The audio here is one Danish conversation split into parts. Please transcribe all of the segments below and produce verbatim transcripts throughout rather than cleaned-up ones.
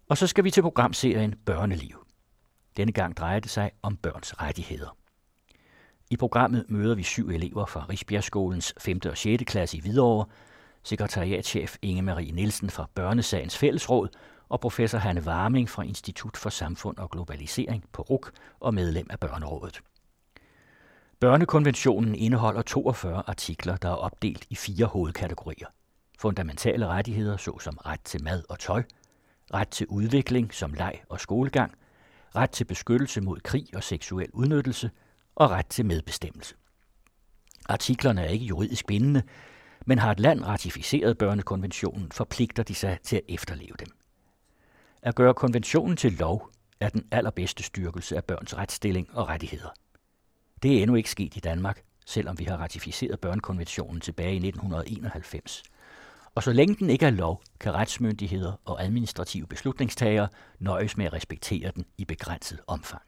Og så skal vi til programserien Børneliv. Denne gang drejer det sig om børns rettigheder. I programmet møder vi syv elever fra Risbjergskolens femte og sjette klasse i Hvidovre, sekretariatschef Inge Marie Nielsen fra Børnesagens Fællesråd og professor Hanne Warming fra Institut for Samfund og Globalisering på R U C og medlem af Børnerådet. Børnekonventionen indeholder toogfyrre artikler, der er opdelt i fire hovedkategorier. Fundamentale rettigheder såsom ret til mad og tøj, ret til udvikling som leg og skolegang, ret til beskyttelse mod krig og seksuel udnyttelse og ret til medbestemmelse. Artiklerne er ikke juridisk bindende, men har et land ratificeret børnekonventionen, forpligter de sig til at efterleve dem. At gøre konventionen til lov er den allerbedste styrkelse af børns retsstilling og rettigheder. Det er endnu ikke sket i Danmark, selvom vi har ratificeret børnekonventionen tilbage i nitten enoghalvfems. Og så længe den ikke er lov, kan retsmyndigheder og administrative beslutningstagere nøjes med at respektere den i begrænset omfang.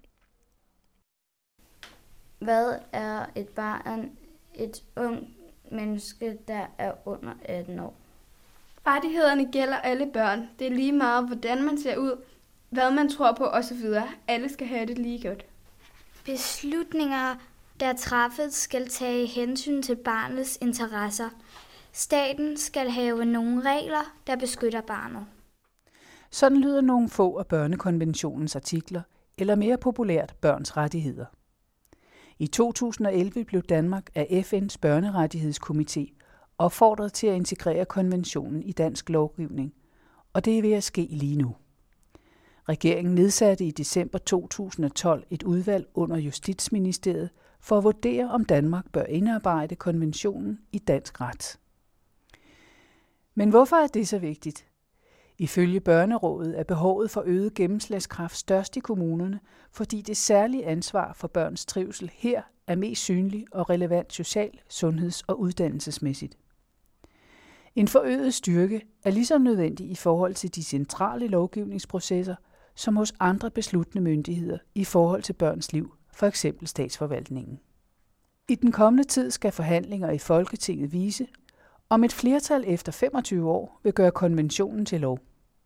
Hvad er et barn? Et ung menneske, der er under atten år. Rettighederne gælder alle børn. Det er lige meget, hvordan man ser ud, hvad man tror på osv. Alle skal have det lige godt. Beslutninger, der træffes, skal tage hensyn til barnets interesser. Staten skal have nogle regler, der beskytter barnet. Sådan lyder nogle få af børnekonventionens artikler, eller mere populært børns rettigheder. I to tusind og elleve blev Danmark af F N's børnerettighedskomité opfordret til at integrere konventionen i dansk lovgivning, og det er ved at ske lige nu. Regeringen nedsatte i december to tusind og tolv et udvalg under Justitsministeriet for at vurdere, om Danmark bør indarbejde konventionen i dansk ret. Men hvorfor er det så vigtigt? Ifølge Børnerådet er behovet for øget gennemslagskraft størst i kommunerne, fordi det særlige ansvar for børns trivsel her er mest synlig og relevant social-, sundheds- og uddannelsesmæssigt. En forøget styrke er lige så nødvendig i forhold til de centrale lovgivningsprocesser, som hos andre besluttende myndigheder i forhold til børns liv, for eksempel statsforvaltningen. I den kommende tid skal forhandlinger i Folketinget vise, om et flertal efter femogtyve år vil gøre konventionen til lov.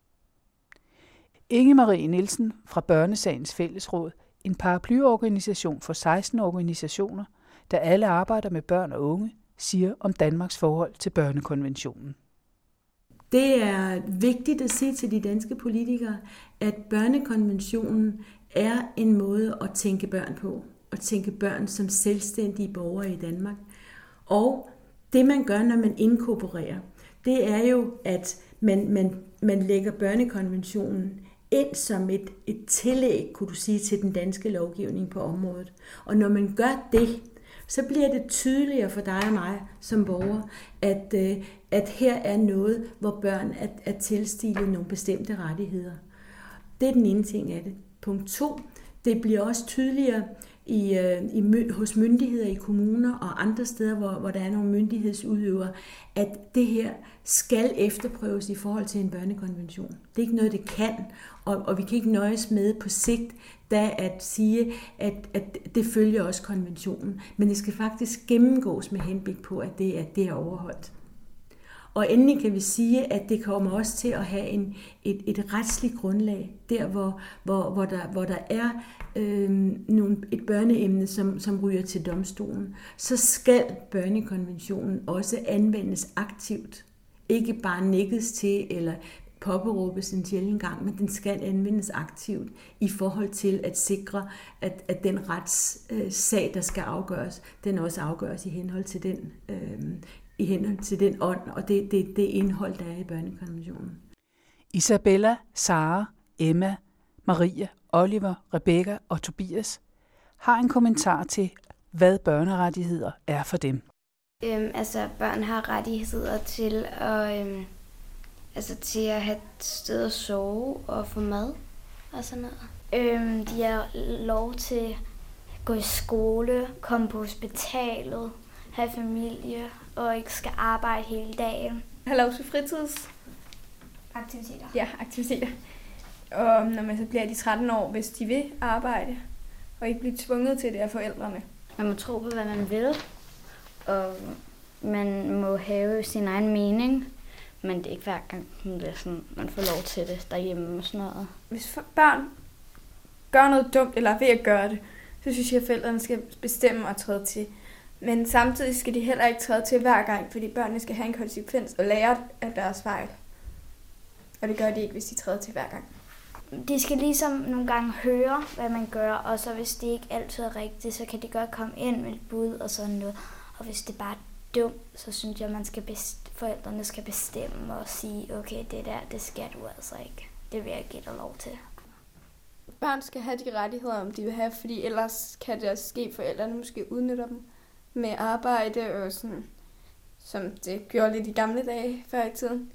Inge Marie Nielsen fra Børnesagens Fællesråd, en paraplyorganisation for seksten organisationer, der alle arbejder med børn og unge, siger om Danmarks forhold til børnekonventionen. Det er vigtigt at sige til de danske politikere, at børnekonventionen er en måde at tænke børn på, at tænke børn som selvstændige borgere i Danmark. Og det man gør, når man inkorporerer, det er jo, at man, man, man lægger børnekonventionen ind som et, et tillæg, kunne du sige, til den danske lovgivning på området. Og når man gør det, så bliver det tydeligere for dig og mig som borger, at, at her er noget, hvor børn er, er tilstilet nogle bestemte rettigheder. Det er den ene ting af det. Punkt to, det bliver også tydeligere i, i, hos myndigheder i kommuner og andre steder, hvor, hvor der er nogle myndighedsudøvere, at det her skal efterprøves i forhold til en børnekonvention. Det er ikke noget, det kan, og, og vi kan ikke nøjes med på sigt, da at sige, at, at det følger også konventionen. Men det skal faktisk gennemgås med henblik på, at det, at det er overholdt. Og endelig kan vi sige, at det kommer også til at have en, et, et retsligt grundlag, der hvor, hvor, hvor, der, hvor der er øh, nogle, et børneemne, som, som ryger til domstolen, så skal børnekonventionen også anvendes aktivt. Ikke bare nikkes til eller påberåbes en sjælden gang, men den skal anvendes aktivt i forhold til at sikre, at, at den retssag, der skal afgøres, den også afgøres i henhold til den øh, i henhold til den ånd og det, det, det indhold, der er i børnekonventionen. Isabella, Sara, Emma, Maria, Oliver, Rebecca og Tobias har en kommentar til, hvad børnerettigheder er for dem. Øhm, altså, børn har rettigheder til at, øhm, altså, til at have et sted at sove og få mad og sådan noget. Øhm, de har lov til at gå i skole, komme på hospitalet, have familie og ikke skal arbejde hele dagen. Have lov til fritidsaktiviteter. Ja, aktiviteter. Og når man så bliver de tretten år, hvis de vil arbejde, og ikke blive tvunget til det af forældrene. Man må tro på, hvad man vil, og man må have sin egen mening, men det er ikke hver gang, det er sådan, man får lov til det derhjemme og sådan noget. Hvis børn gør noget dumt eller er ved at gøre det, så synes jeg, at forældrene skal bestemme og træde til. Men samtidig skal de heller ikke træde til hver gang, fordi børnene skal have en konsekvens og lære af deres fejl. Og det gør de ikke, hvis de træder til hver gang. De skal ligesom nogle gange høre, hvad man gør, og så hvis det ikke altid er rigtigt, så kan de godt komme ind med et bud og sådan noget. Og hvis det bare er dumt, så synes jeg, at man skal best- forældrene skal bestemme og sige, okay, det der, det skal du altså ikke. Det vil jeg give dig lov til. Børn skal have de rettigheder, om de vil have, fordi ellers kan det også ske, at forældrene måske udnytter dem med arbejde og sådan, som det gjorde lidt i gamle dage før i tiden.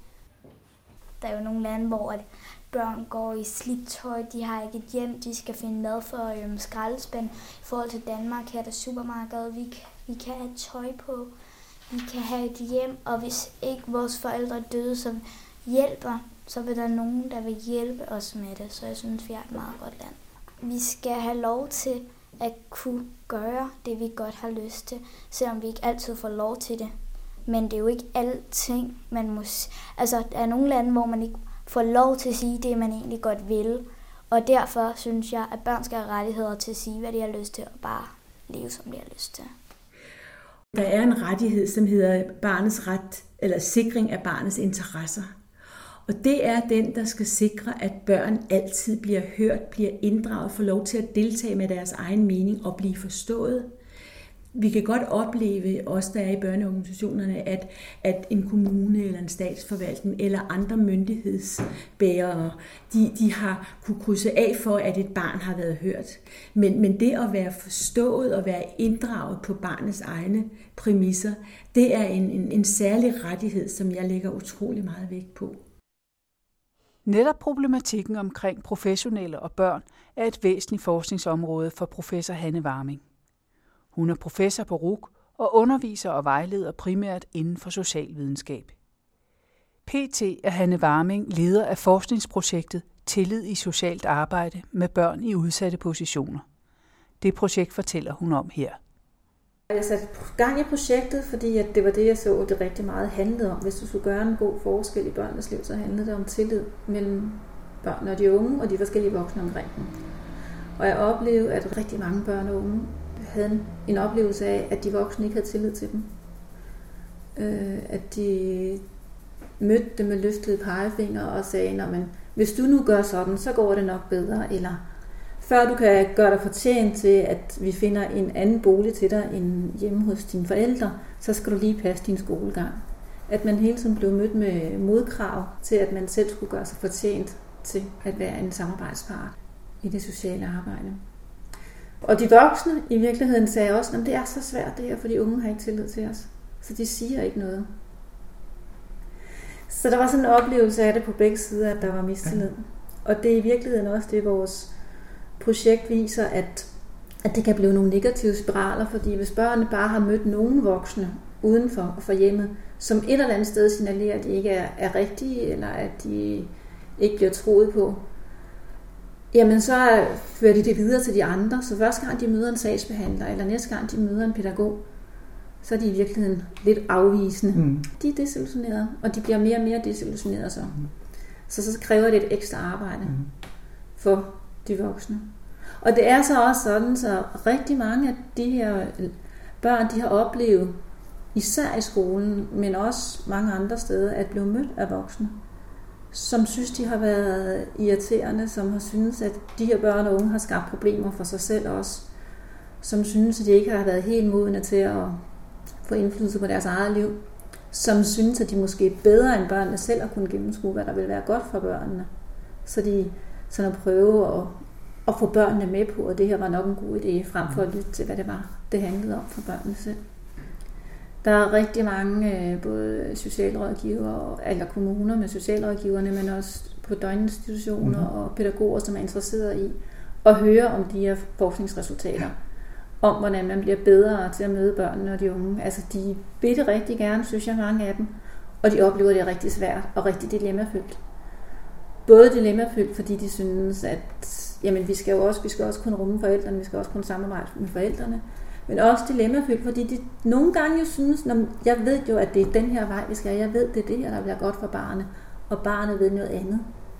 Der er jo nogle lande, hvor børn går i slidt tøj, de har ikke et hjem, de skal finde mad for øhm, skraldespand. I forhold til Danmark her er der supermarked, vi, vi kan have tøj på, vi kan have et hjem, og hvis ikke vores forældre er døde, som hjælper, så vil der nogen, der vil hjælpe os med det. Så jeg synes, vi er et meget godt land. Vi skal have lov til at kunne gøre det, vi godt har lyst til, selvom vi ikke altid får lov til det. Men det er jo ikke alting, man må... Altså, der er nogle lande, hvor man ikke får lov til at sige det, man egentlig godt vil. Og derfor synes jeg, at børn skal have rettigheder til at sige, hvad de har lyst til, og bare leve, som de har lyst til. Der er en rettighed, som hedder barnets ret, eller sikring af barnets interesser. Og det er den, der skal sikre, at børn altid bliver hørt, bliver inddraget, får lov til at deltage med deres egen mening og blive forstået. Vi kan godt opleve, os der er i børneorganisationerne, at, at en kommune eller en statsforvaltning eller andre myndighedsbærere, de, de har kunne krydse af for, at et barn har været hørt. Men, men det at være forstået og være inddraget på barnets egne præmisser, det er en, en, en særlig rettighed, som jeg lægger utrolig meget vægt på. Netop problematikken omkring professionelle og børn er et væsentligt forskningsområde for professor Hanne Warming. Hun er professor på R U C og underviser og vejleder primært inden for socialvidenskab. P T er Hanne Warming leder af forskningsprojektet Tillid i socialt arbejde med børn i udsatte positioner. Det projekt fortæller hun om her. Jeg satte gang i projektet, fordi at det var det, jeg så, det rigtig meget handlede om. Hvis du skulle gøre en god forskel i børnenes liv, så handlede det om tillid mellem børn og de unge og de forskellige voksne omkring dem. Og jeg oplevede, at rigtig mange børn og unge havde en oplevelse af, at de voksne ikke havde tillid til dem. At de mødte dem med løftede pegefinger og sagde, men hvis du nu gør sådan, så går det nok bedre, eller før du kan gøre dig fortjent til, at vi finder en anden bolig til dig end hjemme hos dine forældre, så skal du lige passe din skolegang. At man hele tiden blev mødt med modkrav til, at man selv skulle gøre sig fortjent til at være en samarbejdspart i det sociale arbejde. Og de voksne i virkeligheden sagde også, at det er så svært det her, for de unge har ikke tillid til os. Så de siger ikke noget. Så der var sådan en oplevelse af det på begge sider, at der var mistillid. Og det er i virkeligheden også det, vores projekt viser, at, at det kan blive nogle negative spiraler, fordi hvis børnene bare har mødt nogle voksne udenfor og for hjemmet, som et eller andet sted signalerer, at de ikke er, er rigtige, eller at de ikke bliver troet på, jamen så fører de det videre til de andre. Så første gang de møder en sagsbehandler, eller næste gang de møder en pædagog, så er de i virkeligheden lidt afvisende. Mm. De er desillusionerede, og de bliver mere og mere desillusionerede så. Mm. Så så kræver det et ekstra arbejde mm. for de voksne. Og det er så også sådan, så rigtig mange af de her børn, de har oplevet, især i skolen, men også mange andre steder, at blive mødt af voksne, som synes, de har været irriterende, som har synes, at de her børn og unge har skabt problemer for sig selv også, som synes, at de ikke har været helt modne til at få indflydelse på deres eget liv, som synes, at de måske er bedre end børnene selv at kunne gennemskue, hvad der vil være godt for børnene. Så de sådan at prøve at, at få børnene med på, at det her var nok en god idé, frem for at lytte til, hvad det var, det handlede om for børnene selv. Der er rigtig mange, både socialrådgivere eller kommuner med socialrådgiverne, men også på døgninstitutioner mm. og pædagoger, som er interesserede i at høre om de her forskningsresultater. Om hvordan man bliver bedre til at møde børnene og de unge. Altså de vil det rigtig gerne, synes jeg, mange af dem. Og de oplever det rigtig svært og rigtig dilemmafyldt. Både dilemmafyldt, fordi de synes, at jamen, vi skal jo også, vi skal også kunne rumme forældrene, vi skal også kunne samarbejde med forældrene. men også dilemmafyldt, fordi de nogle gange jo synes, når jeg ved jo, at det er den her vej, vi skal, jeg ved, det er det her, der bliver godt for barnet, og barnet ved noget andet.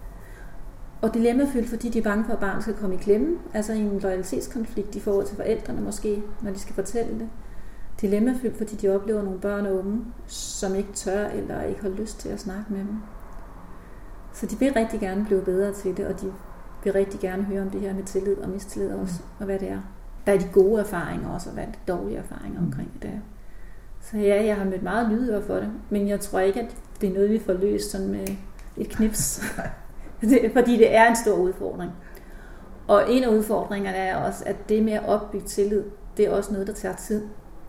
Og dilemmafyldt, fordi de er bange for, at barnet skal komme i klemme, altså i en loyalitetskonflikt i forhold til forældrene måske, når de skal fortælle det. Dilemmafyldt, fordi de oplever nogle børn og unge, som ikke tør eller ikke har lyst til at snakke med dem. Så de vil rigtig gerne blive bedre til det, og de vil rigtig gerne høre om det her med tillid og mistillid også, og hvad det er. Der er de gode erfaringer også, og hvad er de dårlige erfaringer omkring det der. Så ja, jeg har mødt meget lydhør for det, men jeg tror ikke, at det er noget, vi får løst sådan med et knips. Fordi det er en stor udfordring. Og en af udfordringerne er også, at det med at opbygge tillid, det er også noget, der tager tid.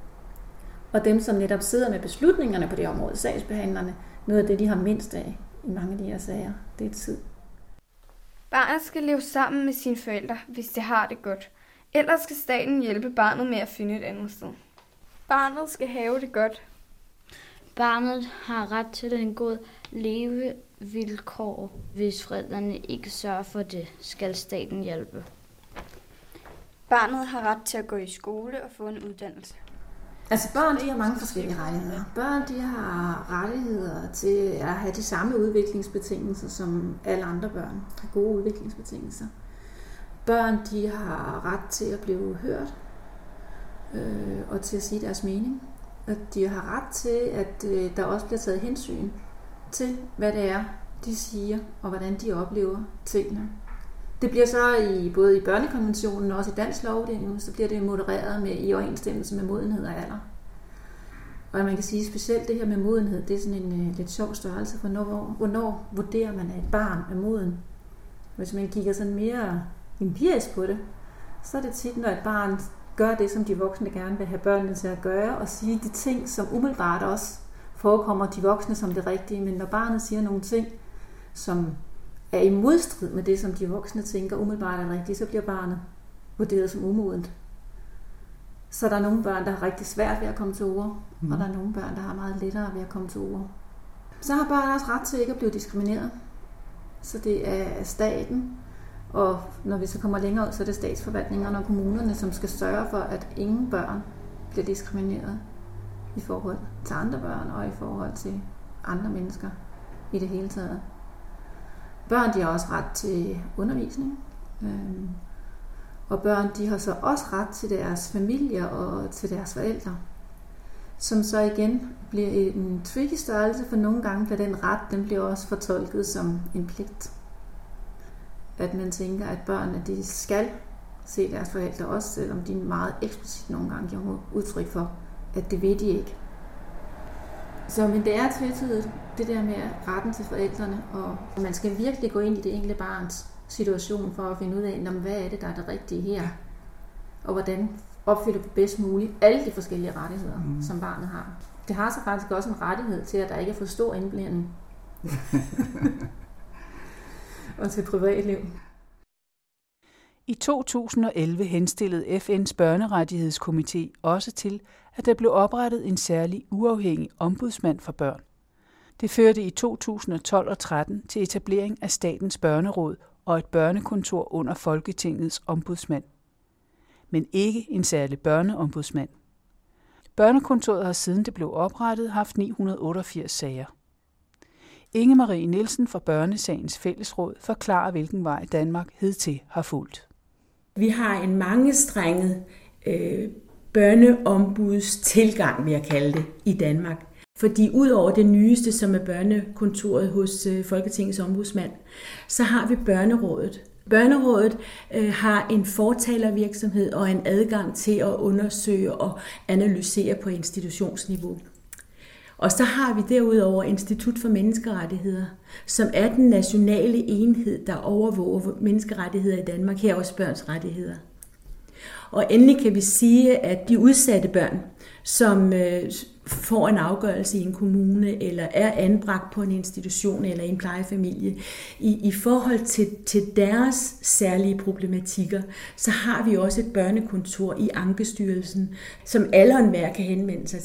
Og dem, som netop sidder med beslutningerne på det område, sagsbehandlerne, noget af det, de har mindst af i mange af de her sager, det er tid. Barnet skal leve sammen med sine forældre, hvis det har det godt. Ellers skal staten hjælpe barnet med at finde et andet sted. Barnet skal have det godt. Barnet har ret til en god levevilkår. Hvis forældrene ikke sørger for det, skal staten hjælpe. Barnet har ret til at gå i skole og få en uddannelse. Altså børn, de har mange forskellige rettigheder. Børn, de har rettigheder til at have de samme udviklingsbetingelser, som alle andre børn har gode udviklingsbetingelser. Børn, de har ret til at blive hørt øh, og til at sige deres mening. Og de har ret til, at øh, der også bliver taget hensyn til, hvad det er, de siger, og hvordan de oplever tingene. Det bliver så i, både i børnekonventionen og også i dansk lovgivning, så bliver det modereret med, i overensstemmelse med modenhed og alder. Og man kan sige specielt det her med modenhed, det er sådan en uh, lidt sjov størrelse, for hvornår, hvornår vurderer man, at et barn er moden. Hvis man kigger sådan mere empirisk på det, så er det tit, når et barn gør det, som de voksne gerne vil have børnene til at gøre, og sige de ting, som umiddelbart også forekommer de voksne som det rigtige, men når barnet siger nogle ting, som er i modstrid med det, som de voksne tænker umiddelbart er rigtigt, så bliver barnet vurderet som umodent. Så der er nogle børn, der har rigtig svært ved at komme til ord, mm. og der er nogle børn, der har meget lettere ved at komme til ord. Så har børn også ret til ikke at blive diskrimineret. Så det er staten, og når vi så kommer længere ud, så er det statsforvaltningerne og kommunerne, som skal sørge for, at ingen børn bliver diskrimineret i forhold til andre børn og i forhold til andre mennesker i det hele taget. Børn, de har også ret til undervisning, øhm, og børn, de har så også ret til deres familier og til deres forældre, som så igen bliver en tricky størrelse, for nogle gange bliver den ret, den bliver også fortolket som en pligt. At man tænker, at børnene, de skal se deres forældre også, selvom de meget eksplicit nogle gange giver udtryk for, at det ved de ikke. Så, men det er tvetydigt, det der med retten til forældrene, og man skal virkelig gå ind i det enkelte barns situation for at finde ud af, hvad er det, der er det rigtige her, og hvordan opfylder vi bedst muligt alle de forskellige rettigheder, mm. som barnet har. Det har så faktisk også en rettighed til, at der ikke er for stor indblanding. Og til privatliv. I to tusind og elleve henstillede F N's børnerettighedskomité også til, at der blev oprettet en særlig uafhængig ombudsmand for børn. Det førte i to tusind og tolv og tretten til etablering af Statens Børneråd og et børnekontor under Folketingets ombudsmand. Men ikke en særlig børneombudsmand. Børnekontoret har siden det blev oprettet haft ni hundrede og otteogfirs sager. Inge Marie Nielsen fra Børnesagens Fællesråd forklarer, hvilken vej Danmark hidtil har fulgt. Vi har en mangestrenget øh, børneombuds tilgang, vil jeg kalde det, i Danmark. Fordi ud over det nyeste, som er børnekontoret hos øh, Folketingets ombudsmand, så har vi Børnerådet. Børnerådet øh, har en fortalervirksomhed og en adgang til at undersøge og analysere på institutionsniveau. Og så har vi derudover Institut for Menneskerettigheder, som er den nationale enhed, der overvåger menneskerettigheder i Danmark, her også børns rettigheder. Og endelig kan vi sige, at de udsatte børn, som øh, får en afgørelse i en kommune, eller er anbragt på en institution eller i en plejefamilie, i, i forhold til, til deres særlige problematikker, så har vi også et børnekontor i Ankestyrelsen, som alle og enhver kan henvende sig til,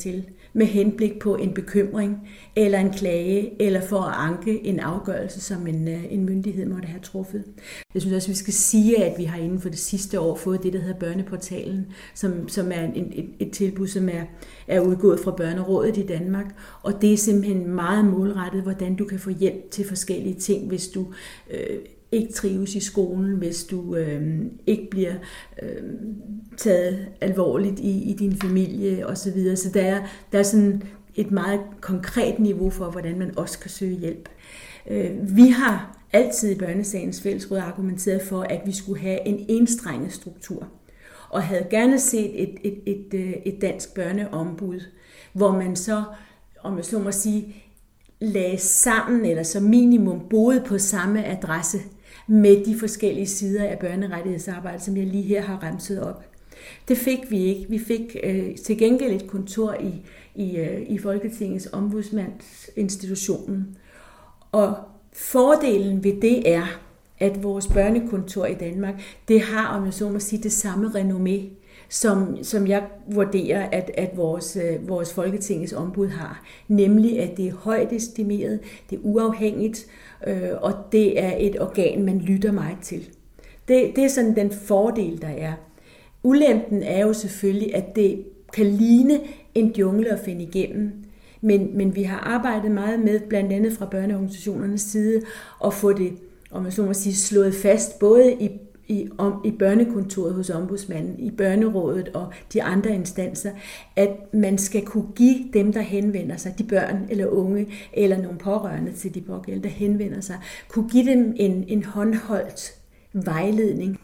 med henblik på en bekymring eller en klage, eller for at anke en afgørelse, som en, en myndighed måtte have truffet. Jeg synes også, vi skal sige, at vi har inden for det sidste år fået det, der hedder Børneportalen, som, som er en, et, et tilbud, som er, er udgået fra Børnerådet i Danmark. Og det er simpelthen meget målrettet, hvordan du kan få hjælp til forskellige ting, hvis du øh, ikke trives i skolen, hvis du øh, ikke bliver øh, taget alvorligt i, i din familie osv. Så der er, der er sådan et meget konkret niveau for, hvordan man også kan søge hjælp. Øh, vi har altid i Børnesagens Fællesråd argumenteret for, at vi skulle have en enstrenget struktur, og havde gerne set et, et, et, et, et dansk børneombud, hvor man så, om jeg så må sige, lagde sammen, eller som minimum boede på samme adresse, med de forskellige sider af børnerettighedsarbejdet, som jeg lige her har remset op. Det fik vi ikke. Vi fik øh, til gengæld et kontor i, i, øh, i Folketingets ombudsmandsinstitutionen. Og fordelen ved det er, at vores børnekontor i Danmark, det har, om jeg så må sige, det samme renommé, som, som jeg vurderer, at, at vores, øh, vores Folketingets ombud har. Nemlig, at det er højt estimeret, det er uafhængigt, øh, og det er et organ, man lytter meget til. Det, det er sådan den fordel, der er. Ulempen er jo selvfølgelig, at det kan ligne en jungle at finde igennem, men, men vi har arbejdet meget med, blandt andet fra børneorganisationernes side, at få det, om jeg så må sige, slået fast, både i I, om, i børnekontoret hos ombudsmanden, i børnerådet og de andre instanser, at man skal kunne give dem, der henvender sig, de børn eller unge, eller nogle pårørende til de pågældende, der henvender sig, kunne give dem en, en håndholdt vejledning.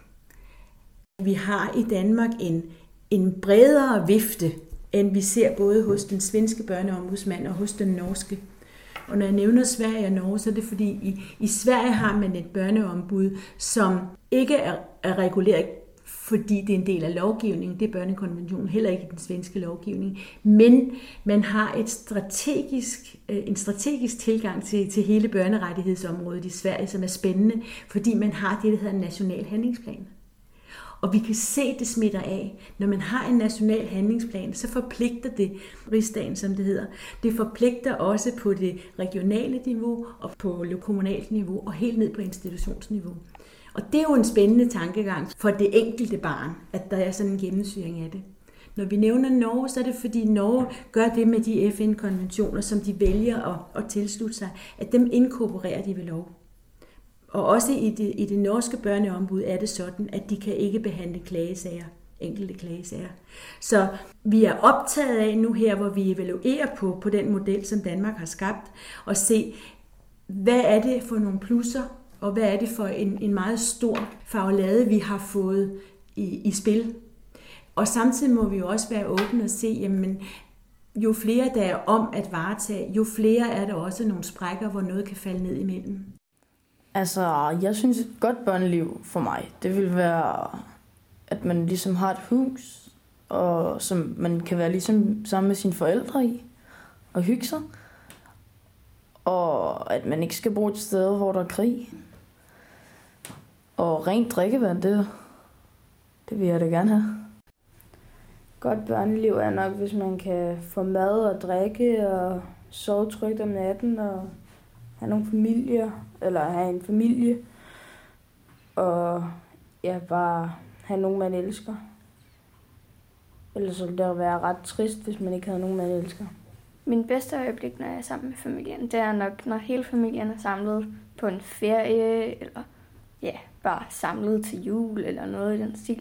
Vi har i Danmark en, en bredere vifte, end vi ser både hos den svenske børneombudsmand og hos den norske. Og når jeg nævner Sverige og Norge, så er det fordi, i, i Sverige har man et børneombud, som ikke er, er reguleret, fordi det er en del af lovgivningen. Det er børnekonventionen, heller ikke i den svenske lovgivning. Men man har et strategisk, en strategisk tilgang til, til hele børnerettighedsområdet i Sverige, som er spændende, fordi man har det, der hedder en national handlingsplan. Og vi kan se, at det smitter af. Når man har en national handlingsplan, så forpligter det rigsdagen, som det hedder. Det forpligter også på det regionale niveau og på kommunalt niveau og helt ned på institutionsniveau. Og det er jo en spændende tankegang for det enkelte barn, at der er sådan en gennemsyring af det. Når vi nævner Norge, så er det fordi Norge gør det med de F N-konventioner, som de vælger at, at tilslutte sig, at dem inkorporerer de ved lov. Og også i det, i det norske børneombud er det sådan, at de kan ikke behandle klagesager, enkelte klagesager. Så vi er optaget af nu her, hvor vi evaluerer på, på den model, som Danmark har skabt, og se, hvad er det for nogle plusser, og hvad er det for en, en meget stor farvelade, vi har fået i, i spil. Og samtidig må vi jo også være åbne og se, jamen, jo flere der er om at varetage, jo flere er der også nogle sprækker, hvor noget kan falde ned imellem. Altså, jeg synes et godt børneliv for mig, det vil være, at man ligesom har et hus, og som man kan være ligesom sammen med sine forældre i, og hygge sig. Og at man ikke skal bo et sted, hvor der er krig. Og rent drikkevand, det, det vil jeg da gerne have. Godt børneliv er nok, hvis man kan få mad og drikke, og sove trygt om natten, og have nogle familier, eller have en familie, og ja, bare have nogen, man elsker. Ellers ville det være ret trist, hvis man ikke havde nogen, man elsker. Min bedste øjeblik, når jeg er sammen med familien, det er nok, når hele familien er samlet på en ferie, eller ja, bare samlet til jul, eller noget i den stil.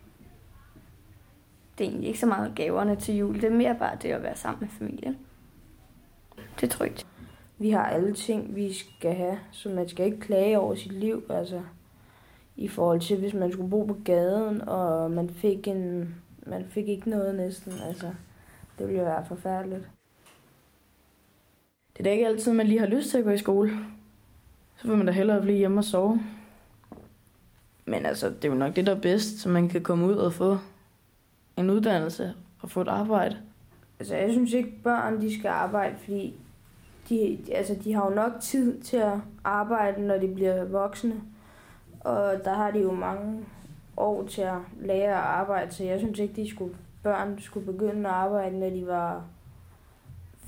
Det er egentlig ikke så meget gaverne til jul, det er mere bare det at være sammen med familien. Det er trygt. Vi har alle ting, vi skal have, så man skal ikke klage over sit liv. Altså, i forhold til, hvis man skulle bo på gaden, og man fik, en, man fik ikke noget næsten. Altså, det ville jo være forfærdeligt. Det er da ikke altid, man lige har lyst til at gå i skole. Så vil man da hellere blive hjemme og sove. Men altså, det er jo nok det, der er bedst, så man kan komme ud og få en uddannelse og få et arbejde. Altså, jeg synes ikke, børn de skal arbejde, fordi de, altså, de har jo nok tid til at arbejde, når de bliver voksne. Og der har de jo mange år til at lære at arbejde, så jeg synes ikke, de skulle, børn skulle begynde at arbejde, når de var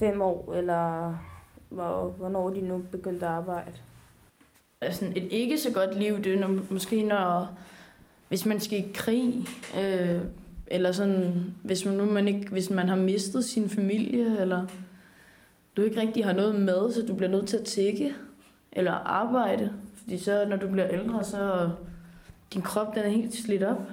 fem år, eller hvor, hvornår de nu begyndte at arbejde. Altså et ikke så godt liv, det er når, måske når, hvis man skal i krig, øh, eller sådan, hvis man, nu man ikke, hvis man har mistet sin familie, eller du ikke rigtig har noget med, så du bliver nødt til at tikke eller arbejde. Fordi så, når du bliver ældre, så din krop den er helt slidt op.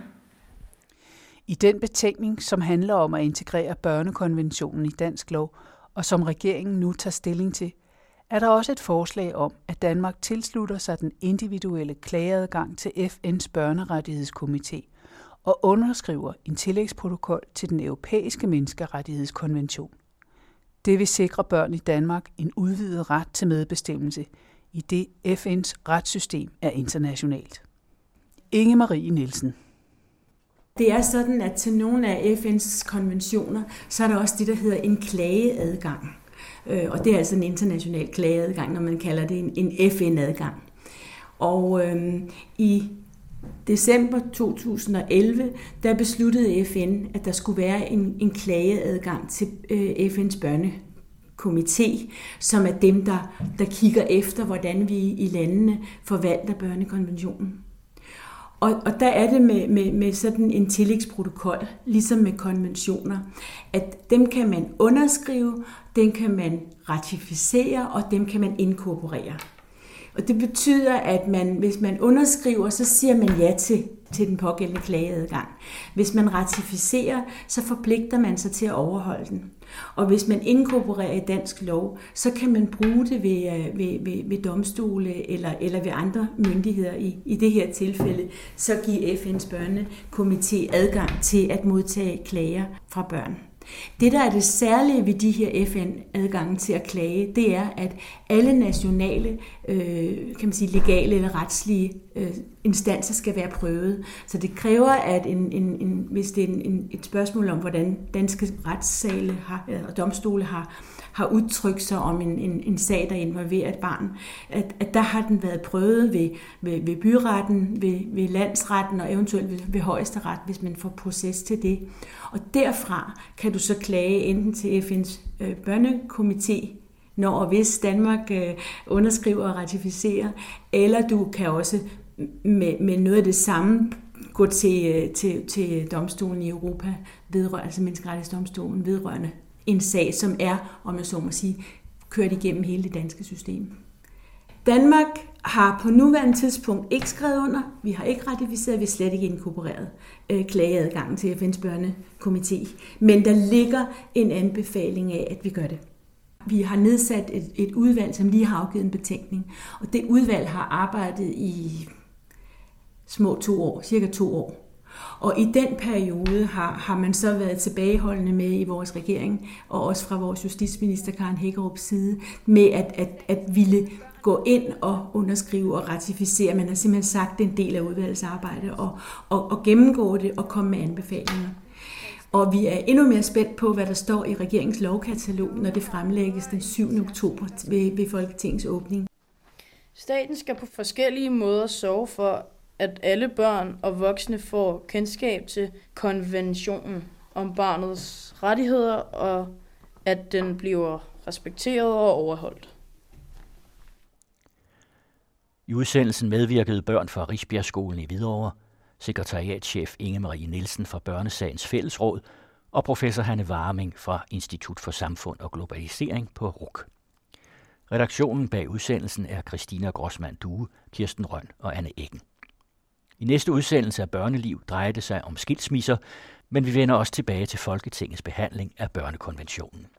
I den betænkning, som handler om at integrere børnekonventionen i dansk lov, og som regeringen nu tager stilling til, er der også et forslag om, at Danmark tilslutter sig den individuelle klageadgang til F N's børnerettighedskomité og underskriver en tillægsprotokol til den europæiske menneskerettighedskonvention. Det vil sikre børn i Danmark en udvidet ret til medbestemmelse, i det F N's retssystem er internationalt. Inge Marie Nielsen. Det er sådan, at til nogle af F N's konventioner, så er der også det, der hedder en klageadgang. Og det er altså en international klageadgang, når man kalder det en F N-adgang. Og øhm, i december to tusind og elleve, der besluttede F N, at der skulle være en, en klageadgang til øh, F N's børnekomité, som er dem, der, der kigger efter, hvordan vi i landene forvalter børnekonventionen. Og, og der er det med, med, med sådan en tillægsprotokol, ligesom med konventioner, at dem kan man underskrive, dem kan man ratificere, og dem kan man inkorporere. Og det betyder, at man, hvis man underskriver, så siger man ja til, til den pågældende klageadgang. Hvis man ratificerer, så forpligter man sig til at overholde den. Og hvis man inkorporerer i dansk lov, så kan man bruge det ved, ved, ved, ved domstole eller, eller ved andre myndigheder. I, I det her tilfælde, så giver F N's børnekomité adgang til at modtage klager fra børn. Det, der er det særlige ved de her F N-adgange til at klage, det er, at alle nationale, øh, kan man sige, legale eller retslige øh, instanser skal være prøvet. Så det kræver, at en, en, en, hvis det er en, en, et spørgsmål om, hvordan danske retssale har, og domstole har, har udtrykt sig om en, en, en sag, der involverer et barn, at, at der har den været prøvet ved, ved, ved byretten, ved, ved landsretten og eventuelt ved, ved højesteret, hvis man får proces til det. Og derfra kan du så klage enten til F N's øh, børnekomité, når og hvis Danmark øh, underskriver og ratificerer, eller du kan også med, med noget af det samme gå til, til, til domstolen i Europa, vedrørende, altså menneskerettighedsdomstolen, vedrørende en sag, som er, om jeg så må sige, kørt igennem hele det danske system. Danmark har på nuværende tidspunkt ikke skrevet under, vi har ikke ratificeret, vi har slet ikke inkorporeret øh, klageadgangen til F N's børnekomité, men der ligger en anbefaling af, at vi gør det. Vi har nedsat et, et udvalg, som lige har afgivet en betænkning, og det udvalg har arbejdet i små to år, cirka to år. Og i den periode har, har man så været tilbageholdende med i vores regering, og også fra vores justitsminister Karen Hækkerups side, med at, at, at ville gå ind og underskrive og ratificere. Man har simpelthen sagt, det er en del af udvalgsarbejdet, og, og, og gennemgå det og komme med anbefalinger. Og vi er endnu mere spændt på, hvad der står i regeringens lovkatalog, når det fremlægges den syvende oktober ved, ved Folketingets åbning. Staten skal på forskellige måder sørge for, at alle børn og voksne får kendskab til konventionen om barnets rettigheder, og at den bliver respekteret og overholdt. I udsendelsen medvirkede børn fra Risbjergskolen i Hvidovre, sekretariatschef Inge Marie Nielsen fra Børnesagens Fællesråd og professor Hanne Warming fra Institut for Samfund og Globalisering på R U C. Redaktionen bag udsendelsen er Christina Grossmann Due, Kirsten Rønn og Anne Eggen. I næste udsendelse af Børneliv drejer det sig om skilsmisser, men vi vender også tilbage til Folketingets behandling af børnekonventionen.